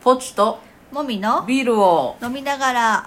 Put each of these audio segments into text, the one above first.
ポチともみのビールを飲みながら。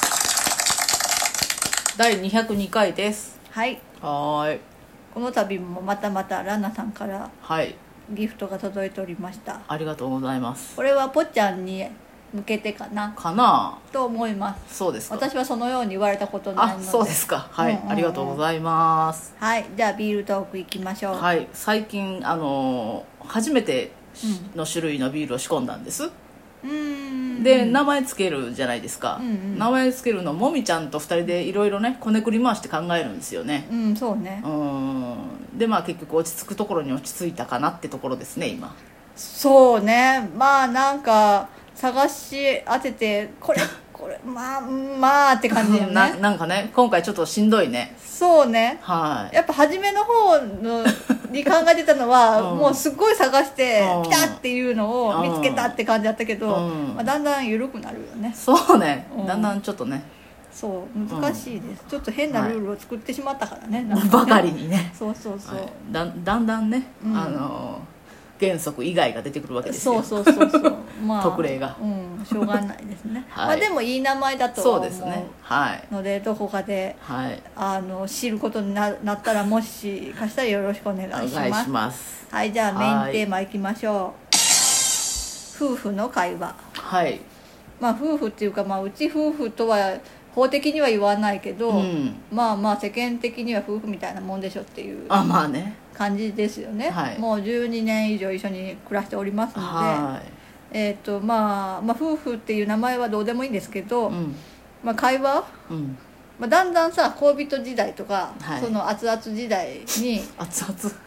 第202回です。 はい、 はーい。 この度もまたランナさんからはい。 ギフトが届いておりました。 ありがとうございます。 これはぽっちゃんに向けてかなかなと思います。 そうですか。 私はそのように言われたことないので。 そうですか。はい、ありがとうございます。 はい、じゃあビールトークいきましょう。 はい。最近初めての種類のビールを仕込んだんです。で、名前つけるじゃないですか、名前つけるのもみちゃんと2人でいろいろねこねくり回して考えるんですよね。 そうね。 で結局落ち着くところに落ち着いたかなってところですね今。 そうね。なんか探し当ててこれって感じよね。 なんかね今回ちょっとしんどいね。 そうね。 はい。 やっぱ初めの方に考えてたのは、もうすっごい探してピタッっていうのを見つけたって感じだったけど、だんだん緩くなるよね。 そうね、だんだんちょっとね。 そう難しいです、ちょっと変なルールを作ってしまったからね、 ばかりにね。 そう、 だんだんね、原則以外が出てくるわけですよ。 そう特例が、 しょうがないですね。でもいい名前だとは思うので、どこかで、知ることになったらもしかしたらよろしくお願いします。はい、じゃあメインテーマいきましょう。夫婦の会話。はい。夫婦っていうか、うち夫婦とは法的には言わないけど、世間的には夫婦みたいなもんでしょっていう感じですよね。もう12年以上一緒に暮らしておりますので、夫婦っていう名前はどうでもいいんですけど、会話、だんだんさ恋人時代とか、その熱々時代に熱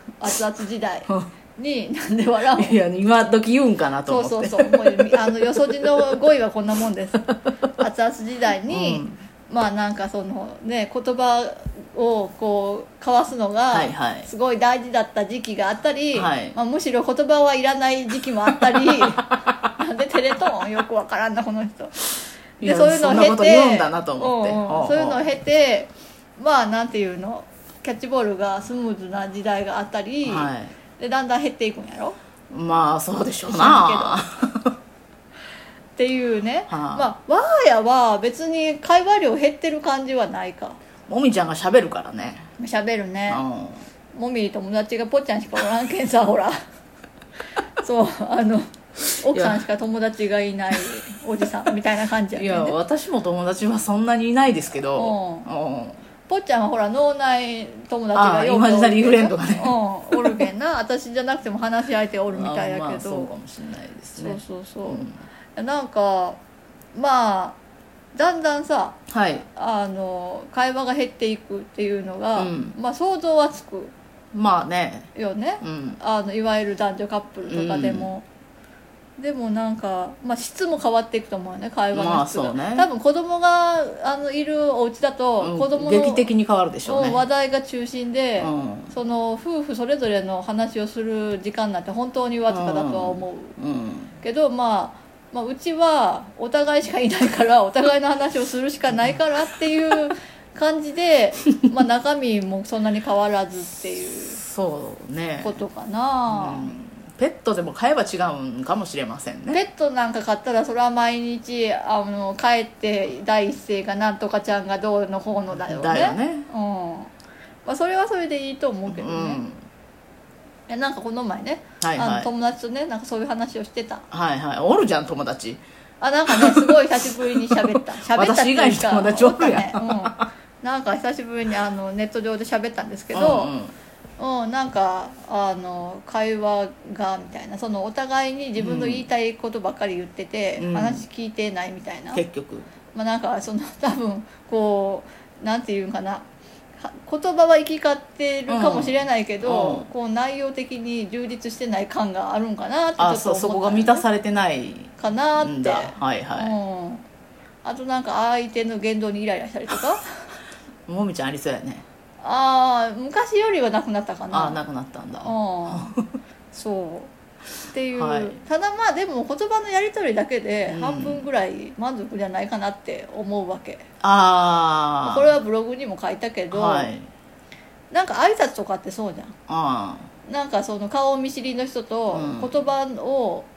々時代になんで笑うの？ いや今時言うんかなと思って。 そうもうよそじの語彙はこんなもんです。熱々時代に、なんかそのね言葉をこう交わすのがすごい大事だった時期があったり、むしろ言葉はいらない時期もあったりなんでテレ東よくわからんなこの人で、そういうのを経てそういうのを経てなんていうの、キャッチボールがスムーズな時代があったり、でだんだん減っていくんやろ。 そうでしょうなっていうね。我が家は別に会話量減ってる感じはないか。 もみちゃんが喋るからね。 喋るね。もみ友達がぽっちゃんしかおらんけんさほらそう奥さんしか友達がいないおじさんみたいな感じやね。 いや私も友達はそんなにいないですけど、 ぽっちゃんはほら脳内友達がイマジナリーフレンドがね、 おるけんな。私じゃなくても話し相手おるみたいやけど、 そうかもしれないですね。 なんかだんだんさ、会話が減っていくっていうのが、想像はつくよね、いわゆる男女カップルとかでも、でもなんか、質も変わっていくと思うよね、会話の質が。多分子供がいるお家だと、子供の劇的に変わるでしょうね。 話題が中心で、その夫婦それぞれの話をする時間なんて本当にわずかだとは思う、けどうちはお互いしかいないからお互いの話をするしかないからっていう感じで中身もそんなに変わらずっていうことかな。 ペットでも飼えば違うんかもしれませんね。 ペットなんか飼ったらそれは毎日帰って第一声がなんとかちゃんがどうの方のだよね。それはそれでいいと思うけどね。なんかこの前ね、友達とねなんかそういう話をしてた。 おるじゃん友達。 なんかねすごい久しぶりに喋った私以外に友達おるやん。 なんか久しぶりにネット上で喋ったんですけど、なんか会話がみたいな、そのお互いに自分の言いたいことばっかり言ってて、話聞いてないみたいな。 結局なんかその多分こうなんていうんかな、言葉は行き交ってるかもしれないけど、こう内容的に充実してない感があるんかなってちょっと思った、 そこが満たされてないかなって。あとなんか相手の言動にイライラしたりとかもみちゃんありそうやね。 昔よりはなくなったかな。 なくなったんだ。 そうっていう、ただでも言葉のやり取りだけで半分ぐらい満足じゃないかなって思うわけ。これはブログにも書いたけど、なんか挨拶とかってそうじゃん。なんかその顔見知りの人と言葉を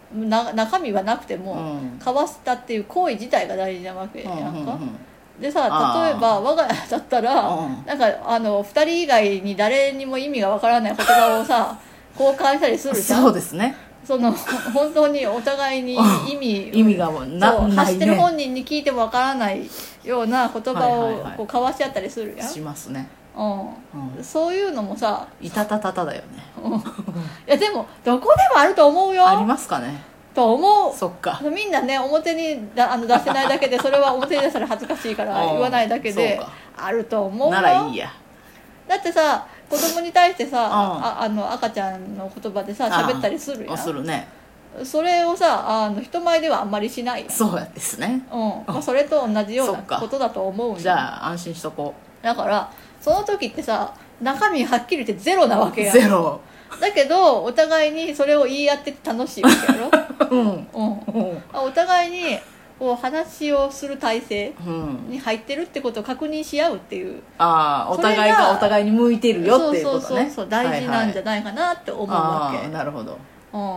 中身はなくても、交わしたっていう行為自体が大事なわけやんか、でさ、例えば我が家だったら、なんか2人以外に誰にも意味がわからない言葉をさ交換したりするじゃん。 そうですね。 本当にお互いに意味がないね。発してる本人に聞いてもわからないような言葉をこう交わし合ったりするやん。 しますね。 そういうのもさ、 いたたたただよね。 いやでもどこでもあると思うよ。 ありますかね。 と思う。 そっか。 みんなね、表に出してないだけで、それは表に出したら恥ずかしいから言わないだけであると思うよ。 ならいいや。 だってさ、子供に対してさ、赤ちゃんの言葉でさ喋ったりするやん。 するね。それをさ人前ではあんまりしないやん。 そうですね。 それと同じようなことだと思うんだ。 じゃあ安心しとこう。だからその時ってさ、中身はっきり言ってゼロなわけやん。 ゼロだけどお互いにそれを言い合って楽しいわけやろ。お互いにこう話をする体制に入ってるってことを確認し合うっていう、 お互いがお互いに向いてるよっていうことね。 そう大事なんじゃないかなって思うわけ。 なるほど。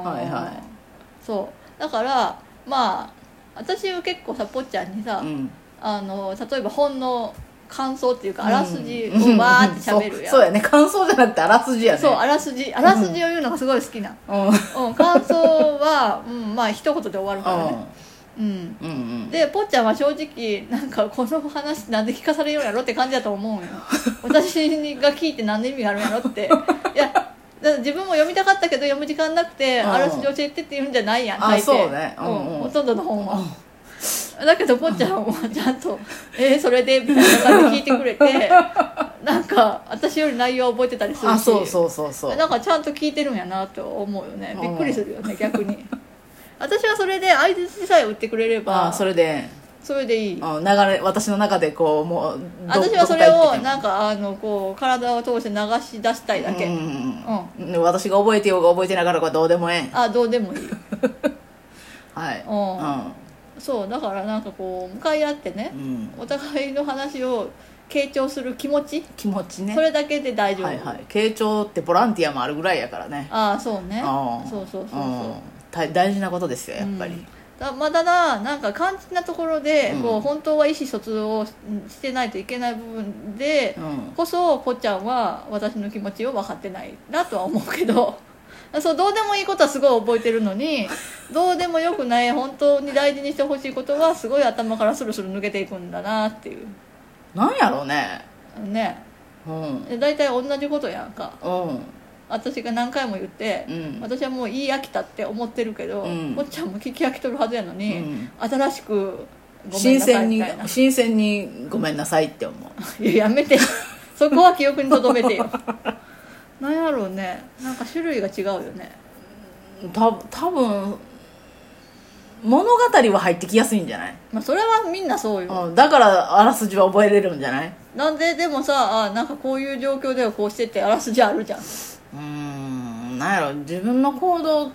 そうだからまあ私は結構さ、ぽっちゃんにさ、例えば本の感想っていうかあらすじをわーって喋るやん。 そうやね、感想じゃなくてあらすじやね。 そう、あらすじを言うのがすごい好きな。感想はまあ一言で終わるからね。でぽっちゃんは正直なんかこの話なんで聞かされるんやろって感じだと思うんよ。私が聞いて何の意味があるんやろって。いや自分も読みたかったけど読む時間なくてあらすじ教えてって言うんじゃないやん、大抵。 そうね。 ほとんどの本は。だけどぽっちゃんはちゃんとそれでみたいな感じで聞いてくれてなんか私より内容覚えてたりするし、そうなんかちゃんと聞いてるんやなと思うよね。びっくりするよね、逆に。私はそれで相槌さえ打ってくれればそれでいい。 私の中でこうもう私はそれをなんかこう体を通して流し出したいだけ。 私が覚えてようが覚えてなかったかどうでもええ。 どうでもいい。 はい。 そうだからなんかこう向かい合ってね、お互いの話を傾聴する気持ちね、それだけで大丈夫。 傾聴ってボランティアもあるぐらいやからね。 そうね。そう大事なことですよやっぱり。 まだなんか肝心なところでこう本当は意思疎通をしてないといけない部分でこそぽっちゃんは私の気持ちを分かってないなとは思うけどそうどうでもいいことはすごい覚えてるのにどうでもよくない本当に大事にしてほしいことはすごい頭からスルスル抜けていくんだなっていう。 なんやろうね。 大体同じことやんか。私が何回も言って、私はもう言い飽きたって思ってるけど、ぽっちゃんも聞き飽きとるはずやのに、新しくごめんなさいみたいな。 新鮮にごめんなさいって思う。 やめてそこは記憶に留めてよ。なんやろうね、なんか種類が違うよね。 多分物語は入ってきやすいんじゃない？ それはみんなそうよ。 だからあらすじは覚えれるんじゃない？ なんででもさなんかこういう状況ではこうしてってあらすじあるじゃん。 なんやろ、自分の行動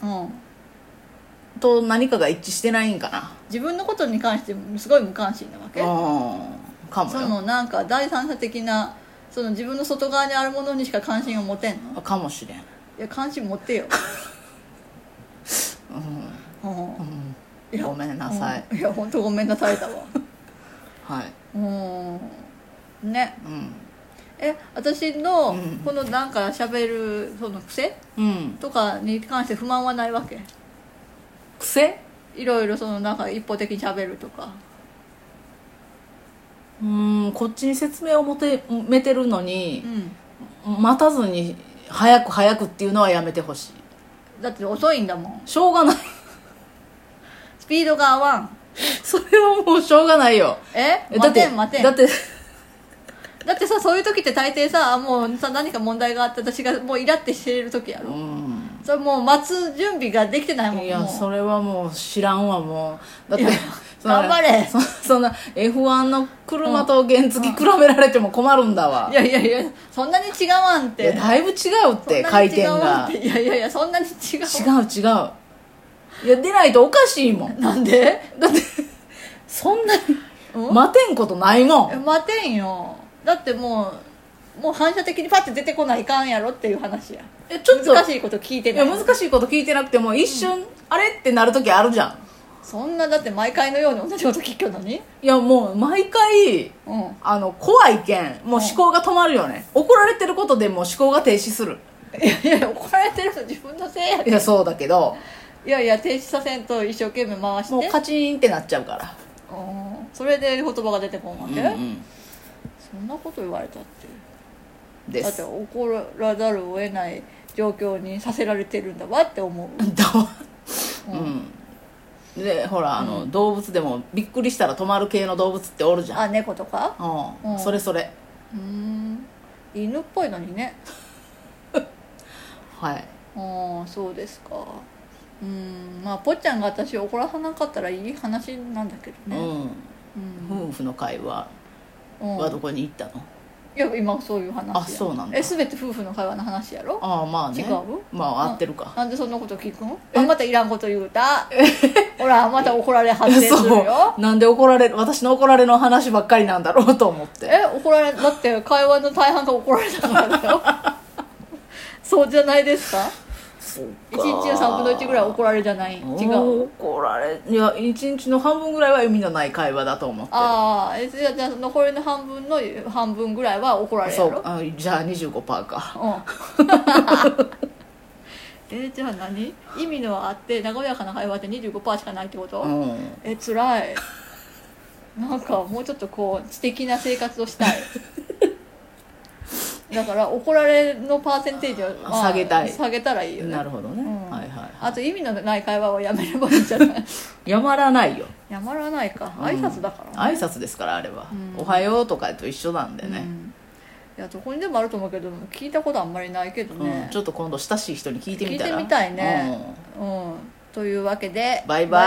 と何かが一致してないんかな。 自分のことに関してすごい無関心なわけ。 かもよ。 なんか第三者的な自分の外側にあるものにしか関心を持てんのかもしれん。いや関心持ってよ。 ごめんなさい。 いや本当ごめんなさいだわ。ね。私のこのなんか喋るその癖とかに関して不満はないわけ。 癖？ いろいろなんか一方的に喋るとか。 こっちに説明を求めてるのに、待たずに早くっていうのはやめてほしい。 だって遅いんだもん。 しょうがない。 スピードが合わん。 それはもうしょうがないよ。 待てんだってさ、そういう時って大抵さもうさ何か問題があって私がもうイラってしてる時やろ。それもう待つ準備ができてないもん。 いやそれはもう知らんわ。もうだって頑張れ。 そんな F1 の車と原付比べられても困るんだわ。 いやそんなに違わんって。 だいぶ違うって回転が。 いやそんなに違う。 違う。いや出ないとおかしいもん。 なんで？ だってそんなに待てんことないもん。 待てんよ。だってももう反射的にパッて出てこないかんやろっていう話や。ちょっと難しいこと聞いてない。 いや難しいこと聞いてなくても一瞬、あれってなる時あるじゃん。 そんなだって毎回のように同じこと聞くのに。 いやもう毎回、怖いけんもう思考が止まるよね、怒られてることでもう思考が停止する。 いや怒られてる人自分のせいやで。 いやそうだけど、 いやいや停止させんと一生懸命回してもうカチンってなっちゃうから。 それで言葉が出てこんわけ、そんなこと言われたってだって怒らざるを得ない状況にさせられてるんだわって思う。 でほら動物でもびっくりしたら止まる系の動物っておるじゃん。 猫とか。 それそれ。 犬っぽいのにね。 はい。 そうですか。まあぽっちゃんが私を怒らさなかったらいい話なんだけどね。 夫婦の会話はどこに行ったの？ いや今そういう話や。 そうなんだ。 全て夫婦の会話の話やろ。 まあね。 違う？ まあ合ってるか。 なんでそんなこと聞くの？またいらんこと言うた。ほらまた怒られ発生するよ。 なんで私の怒られの話ばっかりなんだろうと思って。 怒られだって会話の大半が怒られたからだよ。そうじゃないですか。1日の3分の1ぐらい怒られじゃない？違う？ 怒られいや1日の半分ぐらいは意味のない会話だと思ってる。 じゃあ残りの半分の半分ぐらいは怒られるやろ。 そうじゃあ 25% か。 じゃあ何？意味のあって和やかな会話って 25% しかないってこと？つらい。なんかもうちょっとこう知的な生活をしたい。だから怒られのパーセンテージを、 下げたい。 下げたらいいよね。 なるほどね。 あと意味のない会話をやめればいいんじゃない？ やまらないよ。 やまらないか。挨拶だから挨拶ですからあれは。おはようとかと一緒なんでね。 いやどこにでもあると思うけど聞いたことあんまりないけどね。 ちょっと今度親しい人に聞いてみたら。 聞いてみたいね。というわけでバイバイ。